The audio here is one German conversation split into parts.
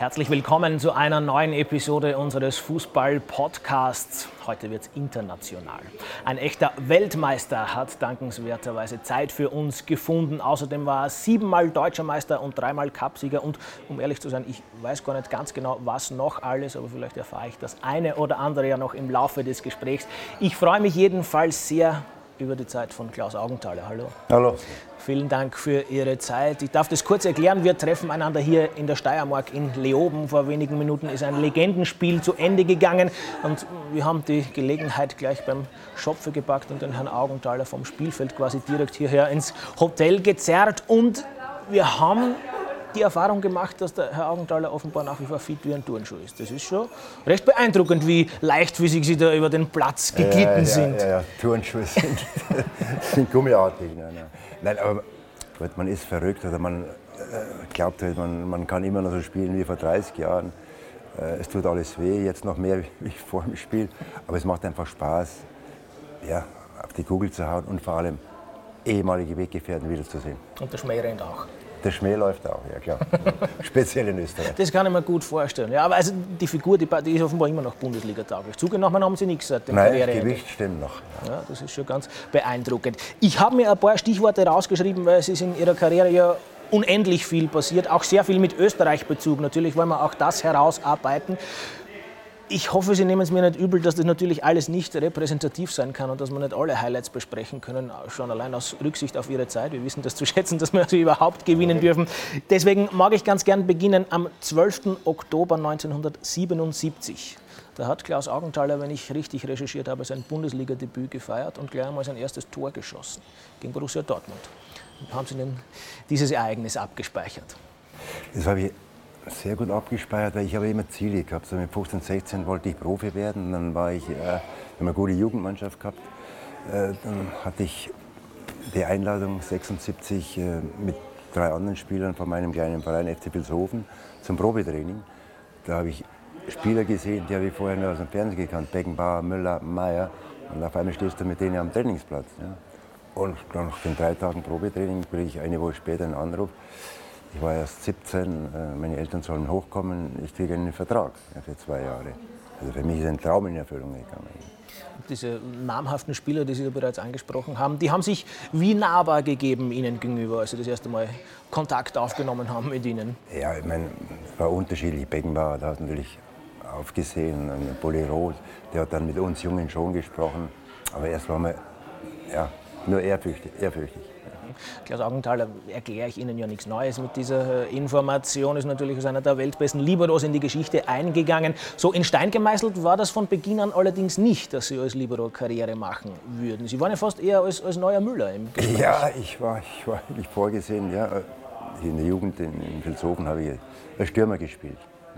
Herzlich willkommen zu einer neuen Episode unseres Fußball-Podcasts. Heute wird es international. Ein echter Weltmeister hat dankenswerterweise Zeit für uns gefunden. Außerdem war er 7-mal Deutscher Meister und 3-mal Cupsieger. Und um ehrlich zu sein, ich weiß gar nicht ganz genau, was noch alles, aber vielleicht erfahre ich das eine oder andere ja noch im Laufe des Gesprächs. Ich freue mich jedenfalls sehr über die Zeit von Klaus Augenthaler. Hallo. Hallo. Vielen Dank für Ihre Zeit. Ich darf das kurz erklären. Wir treffen einander hier in der Steiermark in Leoben. Vor wenigen Minuten ist ein Legendenspiel zu Ende gegangen. Und wir haben die Gelegenheit gleich beim Schopfe gepackt und den Herrn Augenthaler vom Spielfeld quasi direkt hierher ins Hotel gezerrt. Und wir haben die Erfahrung gemacht, dass der Herr Augenthaler offenbar nach wie vor fit wie ein Turnschuh ist. Das ist schon recht beeindruckend, wie leichtfüßig Sie da über den Platz geglitten sind. Ja, Turnschuhe sind gummiartig. Nein, aber gut, man ist verrückt. Oder man glaubt halt, man kann immer noch so spielen wie vor 30 Jahren. Es tut alles weh, jetzt noch mehr wie vor dem Spiel. Aber es macht einfach Spaß, ja, auf die Kugel zu hauen und vor allem ehemalige Weggefährten wiederzusehen. Und der Schmäh rennt auch. Der Schmäh läuft auch, ja klar. Speziell in Österreich. Das kann ich mir gut vorstellen. Ja, aber also die Figur, die ist offenbar immer noch Bundesliga-tauglich. Zugenommen haben Sie nichts seit dem Karriereende. Nein, Gewicht stimmt noch. Ja, das ist schon ganz beeindruckend. Ich habe mir ein paar Stichworte rausgeschrieben, weil es ist in Ihrer Karriere ja unendlich viel passiert. Auch sehr viel mit Österreich-Bezug. Natürlich wollen wir auch das herausarbeiten. Ich hoffe, Sie nehmen es mir nicht übel, dass das natürlich alles nicht repräsentativ sein kann und dass wir nicht alle Highlights besprechen können, schon allein aus Rücksicht auf Ihre Zeit. Wir wissen das zu schätzen, dass wir sie überhaupt gewinnen dürfen. Deswegen mag ich ganz gern beginnen am 12. Oktober 1977. Da hat Klaus Augenthaler, wenn ich richtig recherchiert habe, sein Bundesliga-Debüt gefeiert und gleich einmal sein erstes Tor geschossen gegen Borussia Dortmund. Haben Sie denn dieses Ereignis abgespeichert? Das habe ich sehr gut abgespeichert, weil ich habe immer Ziele gehabt. So mit 15, 16 wollte ich Profi werden. Dann war ich, wir haben eine gute Jugendmannschaft gehabt. Dann hatte ich die Einladung 76 mit 3 anderen Spielern von meinem kleinen Verein FC Vilshofen zum Probetraining. Da habe ich Spieler gesehen, die habe ich vorher nur aus dem Fernsehen gekannt. Beckenbauer, Müller, Meier. Und auf einmal stehst du mit denen am Trainingsplatz. Ja. Und dann nach den 3 Tagen Probetraining kriege ich eine Woche später einen Anruf. Ich war erst 17, meine Eltern sollen hochkommen, ich kriege einen Vertrag für 2 Jahre. Also für mich ist ein Traum in Erfüllung gegangen. Diese namhaften Spieler, die Sie ja bereits angesprochen haben, die haben sich wie nahbar gegeben Ihnen gegenüber, als Sie das erste Mal Kontakt aufgenommen haben mit Ihnen? Ja, ich meine, es war unterschiedlich. Beckenbauer, da hat natürlich aufgesehen, und Bulli Roth, der hat dann mit uns Jungen schon gesprochen. Aber erst waren wir ja, nur ehrfürchtig. Klaus Augenthaler, erkläre ich Ihnen ja nichts Neues mit dieser Information, ist natürlich als einer der weltbesten Liberos in die Geschichte eingegangen. So in Stein gemeißelt war das von Beginn an allerdings nicht, dass Sie als Libero Karriere machen würden. Sie waren ja fast eher als neuer Müller im Gespräch. Ja, ich war eigentlich vorgesehen. Ja. In der Jugend in Vilshofen habe ich als Stürmer gespielt.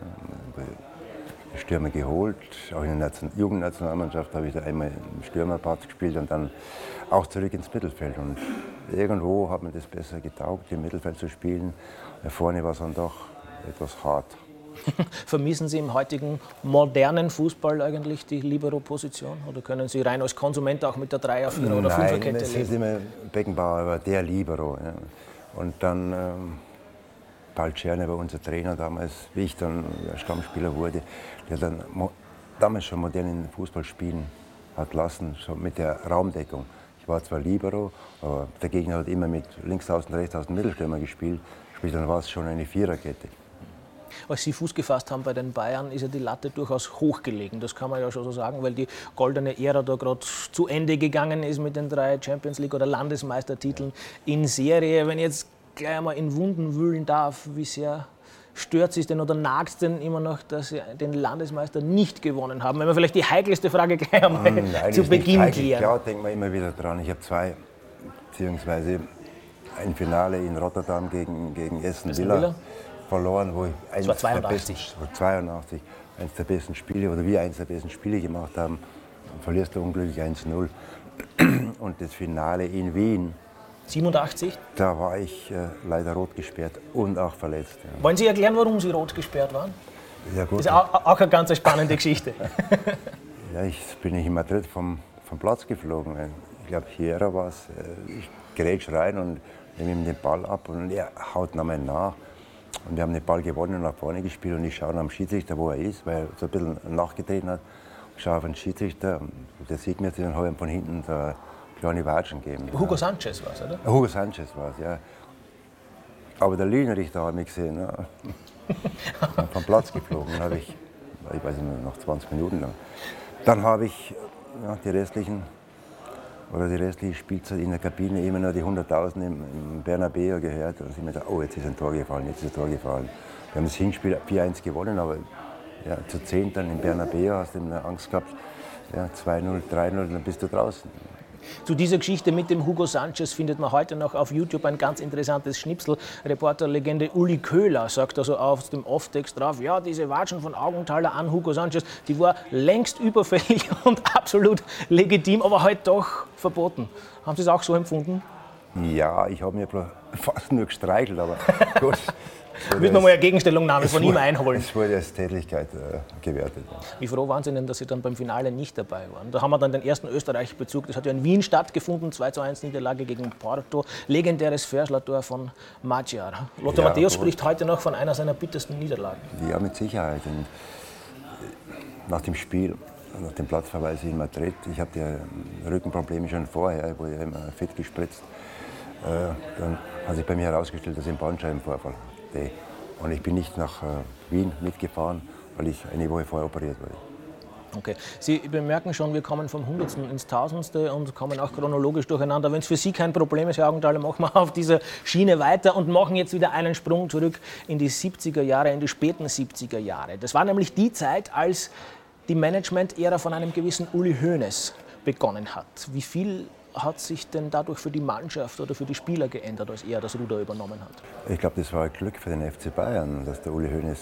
Stürmer geholt, auch in der Jugendnationalmannschaft habe ich da einmal im Stürmerplatz gespielt und dann auch zurück ins Mittelfeld. Und irgendwo hat mir das besser getaugt, im Mittelfeld zu spielen. Vorne war es dann doch etwas hart. Vermissen Sie im heutigen modernen Fußball eigentlich die Libero-Position? Oder können Sie rein als Konsument auch mit der 3er, 4er oder 5er Kette leben? Nein, es ist immer Beckenbauer, war der Libero. Ja. Und dann Paul Czerny war unser Trainer damals, wie ich dann Stammspieler wurde, der dann damals schon modernen Fußball spielen hat lassen, schon mit der Raumdeckung. Ich war zwar Libero, aber der Gegner hat immer mit Linksaußen, Rechtsaußen, Mittelstürmer gespielt. Dann war es schon eine Viererkette. Als Sie Fuß gefasst haben bei den Bayern, ist ja die Latte durchaus hochgelegen. Das kann man ja schon so sagen, weil die goldene Ära da gerade zu Ende gegangen ist mit den 3 Champions League oder Landesmeistertiteln in Serie. Wenn ich jetzt gleich einmal in Wunden wühlen darf, wie sehr stört Sie es denn oder nagt es denn immer noch, dass Sie den Landesmeister nicht gewonnen haben? Wenn wir vielleicht die heikelste Frage gleich einmal zu Beginn klären. Klar, denken wir immer wieder dran. Ich habe beziehungsweise ein Finale in Rotterdam gegen Aston Villa verloren, wo ich eines der besten Spiele oder wir eines der besten Spiele gemacht haben. Dann verlierst du unglücklich 1-0. Und das Finale in Wien. 87? Da war ich leider rot gesperrt und auch verletzt. Ja. Wollen Sie erklären, warum Sie rot gesperrt waren? Ja, gut. Das ist auch eine ganz spannende Geschichte. Ja, ich bin in Madrid vom Platz geflogen. Ich glaube, Chiera war es. Ich grätsch rein und nehme ihm den Ball ab und er haut nochmal nach. Und wir haben den Ball gewonnen und nach vorne gespielt und ich schaue am Schiedsrichter, wo er ist, weil er so ein bisschen nachgetreten hat. Ich schaue auf den Schiedsrichter, der sieht mir jetzt, dann habe ich ihm von hinten da kleine Watschen gegeben. Hugo Sanchez war es, oder? Hugo Sanchez war es, ja. Aber der Linienrichter hat mich gesehen, ja. Vom Platz geflogen. Habe ich weiß nicht, noch 20 Minuten lang. Dann habe ich die restliche Spielzeit in der Kabine immer nur die 100.000 im Bernabeu gehört. Und ich mir gedacht, oh, jetzt ist ein Tor gefallen, jetzt ist ein Tor gefallen. Wir haben das Hinspiel 4-1 gewonnen, aber ja, zu 10 dann im Bernabeu hast du Angst gehabt, ja, 2-0, 3-0, dann bist du draußen. Zu dieser Geschichte mit dem Hugo Sanchez findet man heute noch auf YouTube ein ganz interessantes Schnipsel. Reporterlegende Uli Köhler sagt also auf dem Off-Text drauf, ja, diese Watschen von Augenthaler an Hugo Sanchez, die war längst überfällig und absolut legitim, aber halt doch verboten. Haben Sie es auch so empfunden? Ja, ich habe mir fast nur gestreichelt, aber gut. Müssen wir mal eine Gegenstellungnahme von ihm einholen. Es wurde als Tätlichkeit gewertet. Wie froh waren Sie denn, dass Sie dann beim Finale nicht dabei waren? Da haben wir dann den ersten Österreich-Bezug. Das hat ja in Wien stattgefunden, 2:1 Niederlage gegen Porto. Legendäres Verschlertor von Magyar. Lothar Matthäus spricht heute noch von einer seiner bittersten Niederlagen. Ja, mit Sicherheit. Und nach dem Spiel, nach dem Platzverweis in Madrid, ich hatte ja Rückenprobleme schon vorher, ich wurde ja immer fett gespritzt. Dann hat sich bei mir herausgestellt, dass ich einen Bandscheibenvorfall hatte. Und ich bin nicht nach Wien mitgefahren, weil ich eine Woche vorher operiert wurde. Okay. Sie bemerken schon, wir kommen vom Hundertsten ins Tausendste und kommen auch chronologisch durcheinander. Wenn es für Sie kein Problem ist, Herr Augenthaler, machen wir auf dieser Schiene weiter und machen jetzt wieder einen Sprung zurück in die 70er Jahre, in die späten 70er Jahre. Das war nämlich die Zeit, als die Management-Ära von einem gewissen Uli Hoeneß begonnen hat. Wie viel hat sich denn dadurch für die Mannschaft oder für die Spieler geändert, als er das Ruder übernommen hat? Ich glaube, das war ein Glück für den FC Bayern, dass der Uli Hoeneß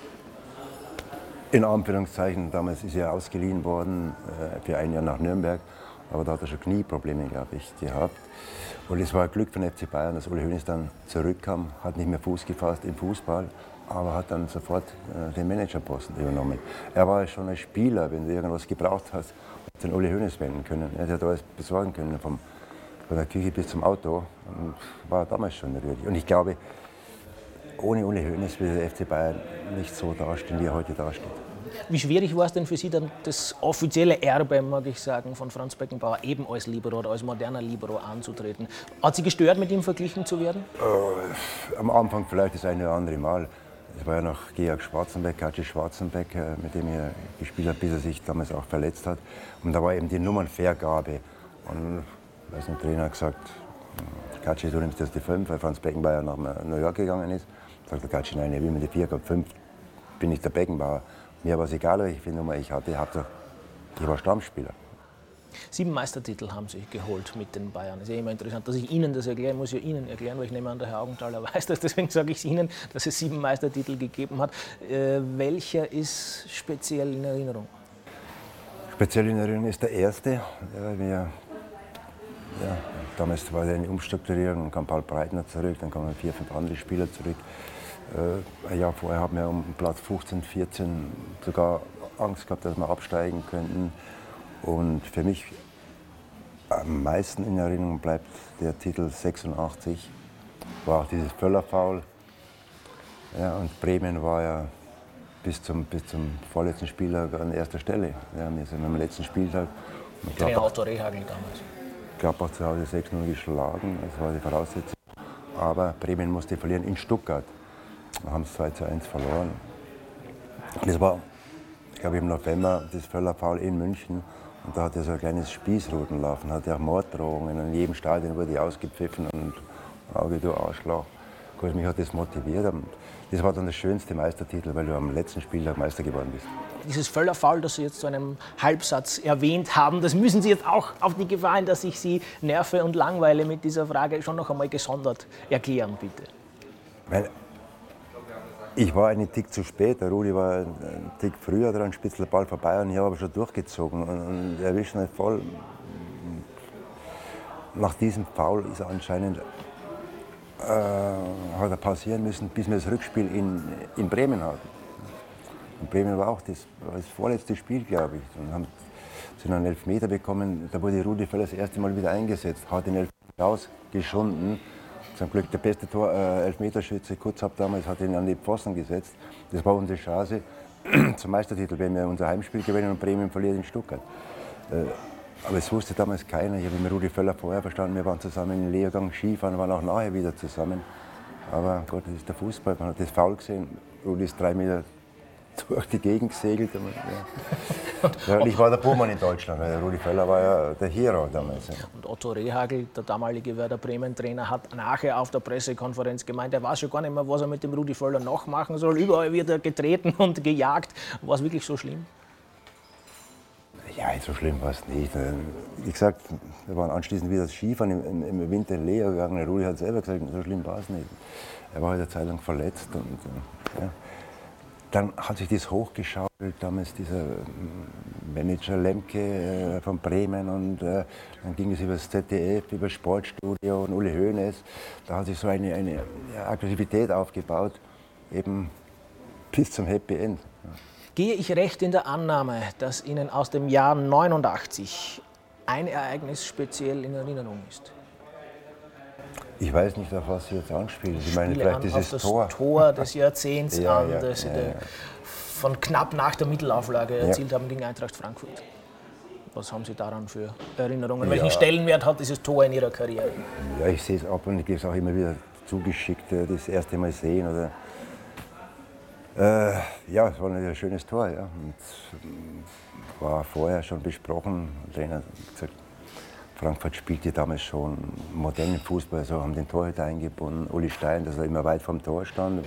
in Anführungszeichen, damals ist er ausgeliehen worden für ein Jahr nach Nürnberg, aber da hat er schon Knieprobleme, glaube ich, gehabt. Und es war ein Glück für den FC Bayern, dass Uli Hoeneß dann zurückkam, hat nicht mehr Fuß gefasst im Fußball, aber hat dann sofort den Managerposten übernommen. Er war schon ein Spieler, wenn du irgendwas gebraucht hast, den Uli Hoeneß wenden können. Er hat alles besorgen können, von der Küche bis zum Auto. Und war damals schon natürlich. Und ich glaube, ohne Uli Hoeneß würde der FC Bayern nicht so dastehen, wie er heute dasteht. Wie schwierig war es denn für Sie dann, das offizielle Erbe, mag ich sagen, von Franz Beckenbauer eben als Libero oder als moderner Libero anzutreten? Hat Sie gestört, mit ihm verglichen zu werden? Am Anfang vielleicht das eine oder andere Mal. Es war ja noch Georg Schwarzenbeck, Katschi Schwarzenbeck, mit dem er gespielt hat, bis er sich damals auch verletzt hat. Und da war eben die Nummernvergabe. Und der Trainer hat gesagt, Katschi, du nimmst jetzt die 5, weil Franz Beckenbauer nach New York gegangen ist. Sagt der Katschi, nein, er will mir die 4, 5 bin ich der Beckenbauer. Mir war es egal, welche Nummer ich hatte, ich war Stammspieler. 7 Meistertitel haben Sie geholt mit den Bayern. Das ist ja immer interessant, dass ich Ihnen das erkläre. Ich muss ja Ihnen erklären, weil ich nehme an, der Herr Augenthaler weiß das. Deswegen sage ich es Ihnen, dass es 7 Meistertitel gegeben hat. Welcher ist speziell in Erinnerung? Speziell in Erinnerung ist der erste. Damals war eine Umstrukturierung, dann kam Paul Breitner zurück, dann kamen 4, 5 andere Spieler zurück. Ein Jahr vorher haben wir um Platz 15, 14 sogar Angst gehabt, dass wir absteigen könnten. Und für mich am meisten in Erinnerung bleibt der Titel 86, war auch dieses Völler-Foul. Ja, und Bremen war ja bis zum vorletzten Spieltag an erster Stelle. Ja, wir sind am letzten Spieltag. Trainer Otto Rehhagel damals. Gladbach zu Hause 6-0 geschlagen, das war die Voraussetzung. Aber Bremen musste verlieren in Stuttgart. Wir haben es 2:1 verloren. Das war, ich glaube, im November das Völler-Foul in München. Und da hat er so ein kleines Spießrutenlaufen, hat er auch Morddrohungen. In jedem Stadion wurde ausgepfiffen und Auge, du Arschloch. Gut, mich hat das motiviert. Und das war dann der schönste Meistertitel, weil du am letzten Spieltag Meister geworden bist. Dieses Völler-Foul, das Sie jetzt zu einem Halbsatz erwähnt haben, das müssen Sie jetzt auch auf die Gefahr hin, dass ich Sie nerve und langweile mit dieser Frage schon noch einmal gesondert erklären, bitte. Weil ich war einen Tick zu spät, der Rudi war einen Tick früher dran, spitzt der Ball vorbei und ich habe aber schon durchgezogen und erwischt ihn voll. Nach diesem Foul ist er anscheinend hat er pausieren müssen, bis wir das Rückspiel in Bremen hatten. Und Bremen war auch das vorletzte Spiel, glaube ich. Und sind einen Elfmeter bekommen, da wurde Rudi Völler das erste Mal wieder eingesetzt, hat den Elfmeter rausgeschunden Zum Glück der beste Elfmeterschütze, Kutzab damals, hat ihn an die Pfosten gesetzt. Das war unsere Chance zum Meistertitel, wenn wir unser Heimspiel gewinnen und Bremen verliert in Stuttgart. Aber es wusste damals keiner. Ich habe mit Rudi Völler vorher verstanden, wir waren zusammen in Leogang Skifahren, waren auch nachher wieder zusammen. Aber Gott, das ist der Fußball, man hat das faul gesehen. Rudi ist 3 Meter durch die Gegend gesegelt. Ja, ich war der Buhmann in Deutschland, weil Rudi Völler war ja der Hero damals. Ja. Und Otto Rehhagel, der damalige Werder Bremen-Trainer, hat nachher auf der Pressekonferenz gemeint, er weiß schon gar nicht mehr, was er mit dem Rudi Völler noch machen soll. Überall wird er getreten und gejagt. War es wirklich so schlimm? Ja, so schlimm war es nicht. Wie gesagt, wir waren anschließend wieder Skifahren im Winter in Leo gegangen. Der Rudi hat selber gesagt, so schlimm war es nicht. Er war eine Zeit lang verletzt. Und, ja. Dann hat sich das hochgeschaukelt, damals dieser Manager Lemke von Bremen. Und dann ging es über das ZDF, über das Sportstudio und Uli Hoeneß. Da hat sich so eine Aggressivität aufgebaut, eben bis zum Happy End. Ja. Gehe ich recht in der Annahme, dass Ihnen aus dem Jahr 89 ein Ereignis speziell in Erinnerung ist? Ich weiß nicht, auf was Sie jetzt anspielen. Ich meine, vielleicht dieses das Tor. Tor des Jahrzehnts Ja, an, ja, das Sie ja. von knapp nach der Mittelauflage erzielt haben gegen Eintracht Frankfurt. Was haben Sie daran für Erinnerungen? Welchen Stellenwert hat dieses Tor in Ihrer Karriere? Ja, ich sehe es ab und ich gebe es auch immer wieder zugeschickt, das erste Mal sehen. Oder ja, es war ein schönes Tor. Ja. Und war vorher schon besprochen. Der Trainer hat gesagt, Frankfurt spielte damals schon modernen Fußball, also haben den Torhüter eingebunden, Uli Stein, dass er immer weit vom Tor stand.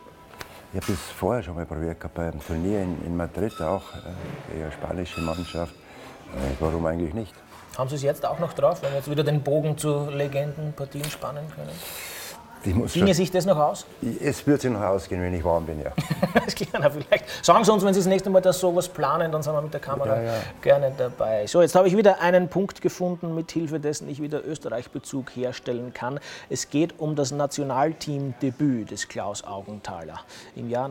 Ich habe das vorher schon mal probiert gehabt, beim Turnier in Madrid auch, gegen eine spanische Mannschaft. Warum eigentlich nicht? Haben Sie es jetzt auch noch drauf, wenn wir jetzt wieder den Bogen zu Legendenpartien spannen können? Ginge sich das noch aus? Es wird sich noch ausgehen, wenn ich warm bin, ja. Das gerne vielleicht. Sagen Sie uns, wenn Sie das nächste Mal das sowas planen, dann sind wir mit der Kamera gerne dabei. So, jetzt habe ich wieder einen Punkt gefunden, mit Hilfe dessen ich wieder Österreich-Bezug herstellen kann. Es geht um das Nationalteam-Debüt des Klaus Augenthaler im Jahr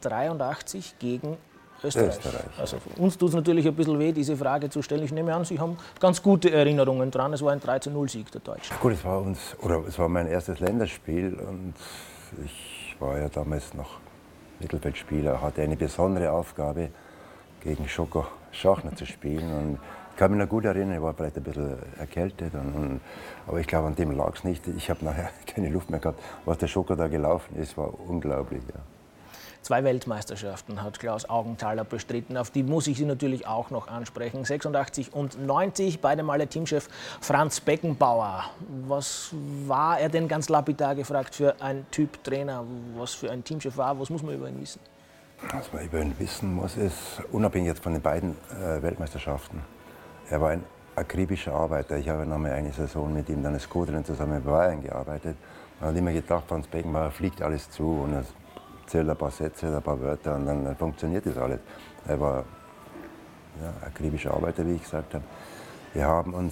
1983 gegen Österreich. Also für uns tut es natürlich ein bisschen weh, diese Frage zu stellen. Ich nehme an, Sie haben ganz gute Erinnerungen dran. Es war ein 3:0-Sieg der Deutschen. Gut, es war mein erstes Länderspiel und ich war ja damals noch Mittelfeldspieler, hatte eine besondere Aufgabe, gegen Schoko Schachner zu spielen. Und ich kann mich noch gut erinnern, ich war vielleicht ein bisschen erkältet, aber ich glaube, an dem lag es nicht. Ich habe nachher keine Luft mehr gehabt. Was der Schoko da gelaufen ist, war unglaublich. Ja. 2 Weltmeisterschaften hat Klaus Augenthaler bestritten, auf die muss ich Sie natürlich auch noch ansprechen. 86 und 90, beide Male Teamchef Franz Beckenbauer. Was war er denn, ganz lapidar gefragt, für ein Typ Trainer? Was für ein Teamchef war? Was muss man über ihn wissen? Was man über ihn wissen muss, ist, unabhängig jetzt von den beiden Weltmeisterschaften, er war ein akribischer Arbeiter. Ich habe noch mal eine Saison mit ihm dann als Co-Trainer zusammen bei Bayern gearbeitet. Man hat immer gedacht, Franz Beckenbauer fliegt alles zu und er erzählt ein paar Sätze, ein paar Wörter und dann funktioniert das alles. Er war akribischer Arbeiter, wie ich gesagt habe. Wir haben uns,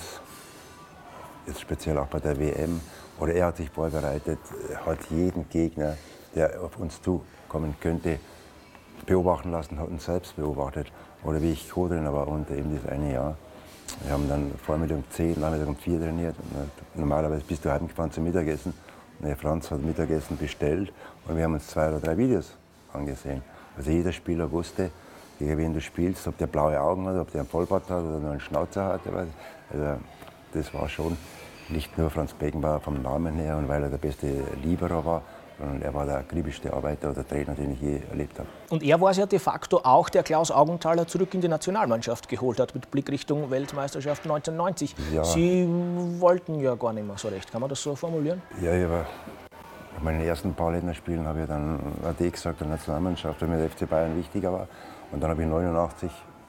jetzt speziell auch bei der WM, oder er hat sich vorbereitet, hat jeden Gegner, der auf uns zukommen könnte, beobachten lassen, hat uns selbst beobachtet. Oder wie ich Co-Trainer war unter ihm das eine Jahr. Wir haben dann Vormittag um 10, Nachmittag um 4 trainiert. Und normalerweise bist du heimgefahren zum Mittagessen. Der Franz hat Mittagessen bestellt und wir haben uns 2 oder 3 Videos angesehen. Also jeder Spieler wusste, gegen wen du spielst, ob der blaue Augen hat, ob der einen Vollbart hat oder nur einen Schnauzer hat. Also das war schon nicht nur Franz Beckenbauer vom Namen her und weil er der beste Libero war, sondern er war der akribischste Arbeiter oder Trainer, den ich je erlebt habe. Und er war es ja de facto auch, der Klaus Augenthaler zurück in die Nationalmannschaft geholt hat, mit Blick Richtung Weltmeisterschaft 1990. Ja. Sie wollten ja gar nicht mehr so recht, kann man das so formulieren? Ja, aber in meinen ersten paar Länderspielen habe ich dann AD gesagt, der Nationalmannschaft, weil mir der FC Bayern wichtiger war. Und dann habe ich 89,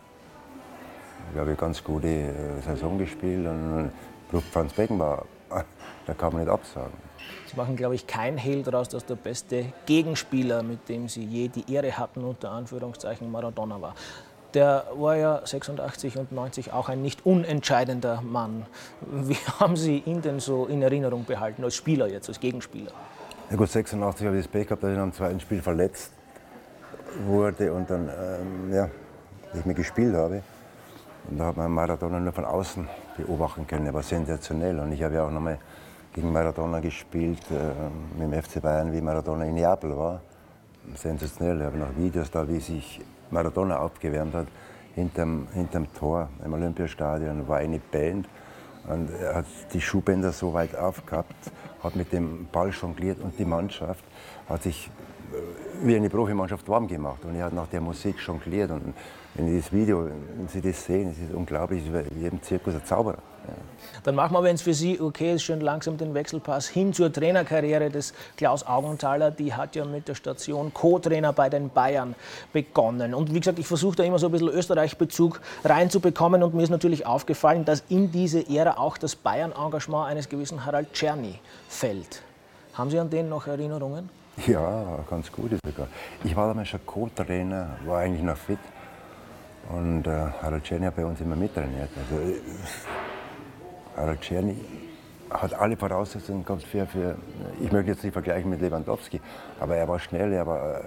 glaube ich, ganz gute Saison gespielt und ruft Franz Beckenbauer, da kann man nicht absagen. Sie machen, glaube ich, kein Hehl daraus, dass der beste Gegenspieler, mit dem Sie je die Ehre hatten, unter Anführungszeichen Maradona war. Der war ja 86 und 90 auch ein nicht unentscheidender Mann. Wie haben Sie ihn denn so in Erinnerung behalten, als Spieler jetzt, als Gegenspieler? Ja gut, 86 habe ich das Pech gehabt, dass ich am zweiten Spiel verletzt wurde und dann nicht mehr gespielt habe. Und da hat man Maradona nur von außen beobachten können. Er war sensationell. Und ich habe ja auch nochmal gegen Maradona gespielt, mit dem FC Bayern, wie Maradona in Neapel war. Sensationell, ich habe noch Videos da, wie sich Maradona aufgewärmt hat, hinterm Tor im Olympiastadion, war eine Band. Und er hat die Schuhbänder so weit aufgehabt, hat mit dem Ball jongliert und die Mannschaft hat sich wie eine Profimannschaft warm gemacht. Und er hat nach der Musik jongliert. Und wenn Sie das Video, wenn Sie das sehen, es ist unglaublich, wie im Zirkus ein Zauberer. Ja. Dann machen wir, wenn es für Sie okay ist, schön langsam den Wechselpass hin zur Trainerkarriere des Klaus Augenthaler. Die hat ja mit der Station Co-Trainer bei den Bayern begonnen. Und wie gesagt, ich versuche da immer so ein bisschen Österreich-Bezug reinzubekommen. Und mir ist natürlich aufgefallen, dass in diese Ära auch das Bayern-Engagement eines gewissen Harald Czerny fällt. Haben Sie an den noch Erinnerungen? Ja, ganz gut sogar. Ich war damals schon Co-Trainer, war eigentlich noch fit. Und Harald Czerny hat bei uns immer mittrainiert. Also, Harald Czerny hat alle Voraussetzungen gehabt für, ich möchte jetzt nicht vergleichen mit Lewandowski, aber er war schnell, er war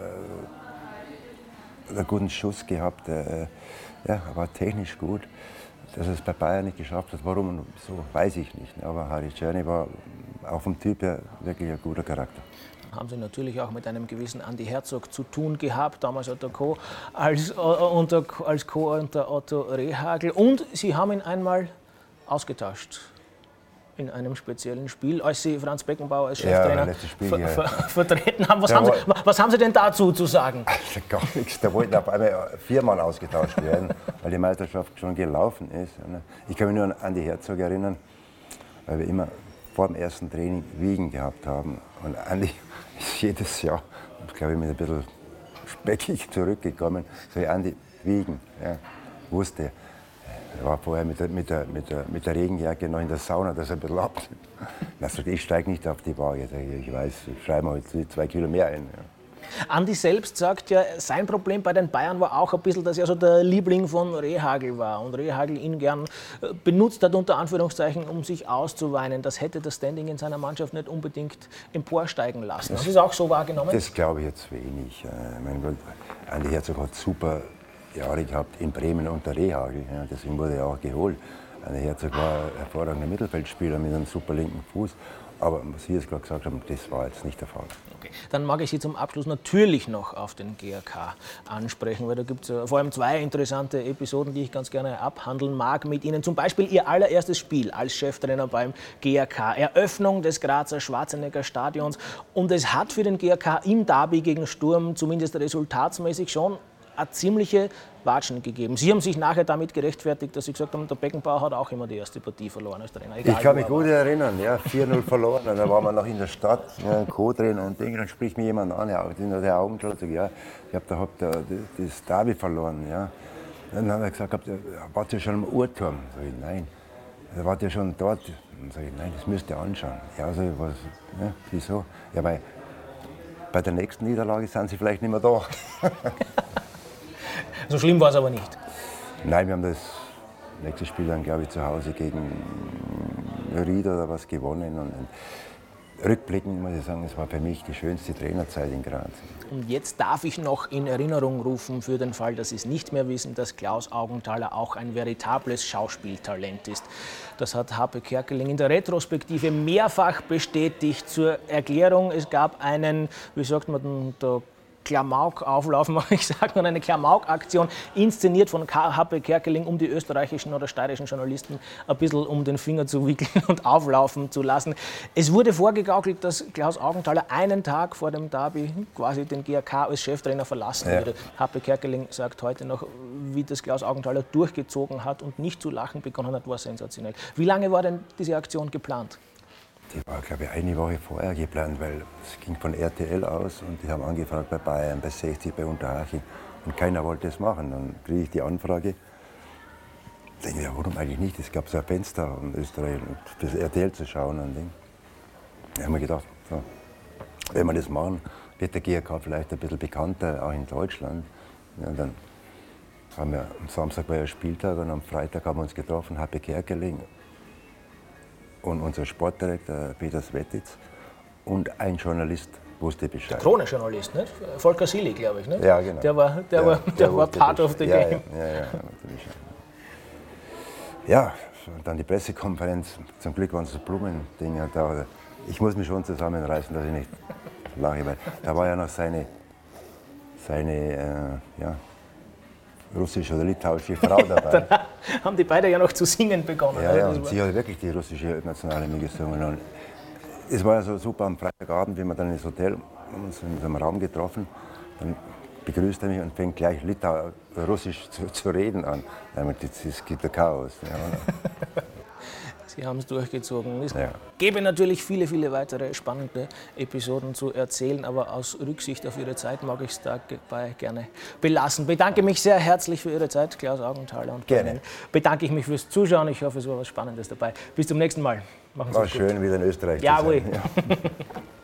einen guten Schuss gehabt, ja, er war technisch gut. Dass er es bei Bayern nicht geschafft hat, warum und so, weiß ich nicht. Aber Harald Czerny war auch vom Typ her wirklich ein guter Charakter. Haben Sie natürlich auch mit einem gewissen Andi Herzog zu tun gehabt, damals als Co. unter Otto Rehhagel. Und Sie haben ihn einmal ausgetauscht in einem speziellen Spiel, als Sie Franz Beckenbauer als Cheftrainer vertreten haben. Was haben Sie denn dazu zu sagen? Also gar nichts. Da wollten auf einmal 4 Mann ausgetauscht werden, weil die Meisterschaft schon gelaufen ist. Ich kann mich nur an Andi Herzog erinnern, weil wir immer vor dem ersten Training Wiegen gehabt haben. Und Andi ist jedes Jahr, glaube ich, mit ein bisschen speckig zurückgekommen. So, Andi, Wiegen, ja, wusste. Er war vorher mit der Regenjacke noch in der Sauna, dass er ein bisschen ab. Also, ich steige nicht auf die Waage. Ich weiß, ich schreibe mir heute 2 Kilo mehr ein. Ja. Andi selbst sagt ja, sein Problem bei den Bayern war auch ein bisschen, dass er so der Liebling von Rehhagel war und Rehhagel ihn gern benutzt hat, unter Anführungszeichen, um sich auszuweinen. Das hätte das Standing in seiner Mannschaft nicht unbedingt emporsteigen lassen. Haben Sie es auch so wahrgenommen? Das glaube ich jetzt wenig. Ich meine, Andi Herzog hat super Jahre gehabt in Bremen unter Rehhagel. Ja, deswegen wurde er auch geholt. Andi Herzog war ein hervorragender Mittelfeldspieler mit einem super linken Fuß. Aber was Sie jetzt gerade gesagt haben, das war jetzt nicht der Fall. Okay. Dann mag ich Sie zum Abschluss natürlich noch auf den GAK ansprechen, weil da gibt es vor allem 2 interessante Episoden, die ich ganz gerne abhandeln mag mit Ihnen. Zum Beispiel Ihr allererstes Spiel als Cheftrainer beim GAK. Eröffnung des Grazer Schwarzenegger Stadions. Und es hat für den GAK im Derby gegen Sturm zumindest resultatsmäßig schon eine ziemliche Watschen gegeben. Sie haben sich nachher damit gerechtfertigt, dass Sie gesagt haben, der Beckenbauer hat auch immer die erste Partie verloren als Trainer. Egal, ich kann mich gut erinnern, ja, 4-0 verloren. Und dann waren wir noch in der Stadt, ja, Co-Trainer und Ding, dann spricht mir jemand an, ja, der Augenthaler, ja, ich habe das Derby verloren. Ja. Dann hat er gesagt, wart ihr schon am Uhrturm? Sag ich, nein. Wart ihr schon dort? Dann sage ich, nein, das müsst ihr anschauen. Ja, sag ich, was, ja, wieso? Ja, weil bei der nächsten Niederlage sind Sie vielleicht nicht mehr da. So schlimm war es aber nicht. Nein, wir haben das nächste Spiel dann, glaube ich, zu Hause gegen Ried oder was gewonnen. Und rückblickend muss ich sagen, es war für mich die schönste Trainerzeit in Graz. Und jetzt darf ich noch in Erinnerung rufen, für den Fall, dass Sie es nicht mehr wissen, dass Klaus Augenthaler auch ein veritables Schauspieltalent ist. Das hat Happe Kerkeling in der Retrospektive mehrfach bestätigt. Zur Erklärung, es gab einen, wie sagt man, der Klamauk-Auflauf, mag ich sagen, und eine Klamauk-Aktion, inszeniert von Happe Kerkeling, um die österreichischen oder steirischen Journalisten ein bisschen um den Finger zu wickeln und auflaufen zu lassen. Es wurde vorgegaukelt, dass Klaus Augenthaler einen Tag vor dem Derby quasi den GAK als Cheftrainer verlassen würde. Happe Kerkeling sagt heute noch, wie das Klaus Augenthaler durchgezogen hat und nicht zu lachen begonnen hat, war sensationell. Wie lange war denn diese Aktion geplant? Die war, glaube ich, eine Woche vorher geplant, weil es ging von RTL aus und die haben angefragt bei Bayern, bei 60, bei Unterhaching und keiner wollte es machen. Dann kriege ich die Anfrage, denke ich, ja, warum eigentlich nicht? Es gab so ein Fenster in Österreich, das RTL zu schauen. Und da haben wir gedacht, so, wenn wir das machen, wird der GAK vielleicht ein bisschen bekannter, auch in Deutschland. Ja, dann haben wir, am Samstag war ja Spieltag und am Freitag haben wir uns getroffen, Happe Kerkeling und unser Sportdirektor Peter Svetitz und ein Journalist wusste Bescheid. Der Krone-Journalist, nicht? Volker Sili, glaube ich, nicht? Ja, genau. Der war part of the game. Ja, dann die Pressekonferenz. Zum Glück waren es so Blumendinger da. Ich muss mich schon zusammenreißen, dass ich nicht lache, weil da war ja noch seine russische oder litauische Frau dabei. Dann haben die beide ja noch zu singen begonnen. Ja, und sie hat wirklich die russische Nationalhymne gesungen. Und es war ja so super am Freitagabend, wie wir dann ins Hotel uns in so einem Raum getroffen. Dann begrüßt er mich und fängt gleich Russisch zu reden an. Das gibt ein Chaos. Ja. Sie haben es durchgezogen. Es gäbe natürlich viele, viele weitere spannende Episoden zu erzählen, aber aus Rücksicht auf Ihre Zeit mag ich es dabei gerne belassen. Bedanke mich sehr herzlich für Ihre Zeit, Klaus Augenthaler. Und gerne. Bedanke ich mich fürs Zuschauen. Ich hoffe, es war was Spannendes dabei. Bis zum nächsten Mal. Machen Sie es gut. War schön, wieder in Österreich Jawohl. zu sein. Ja.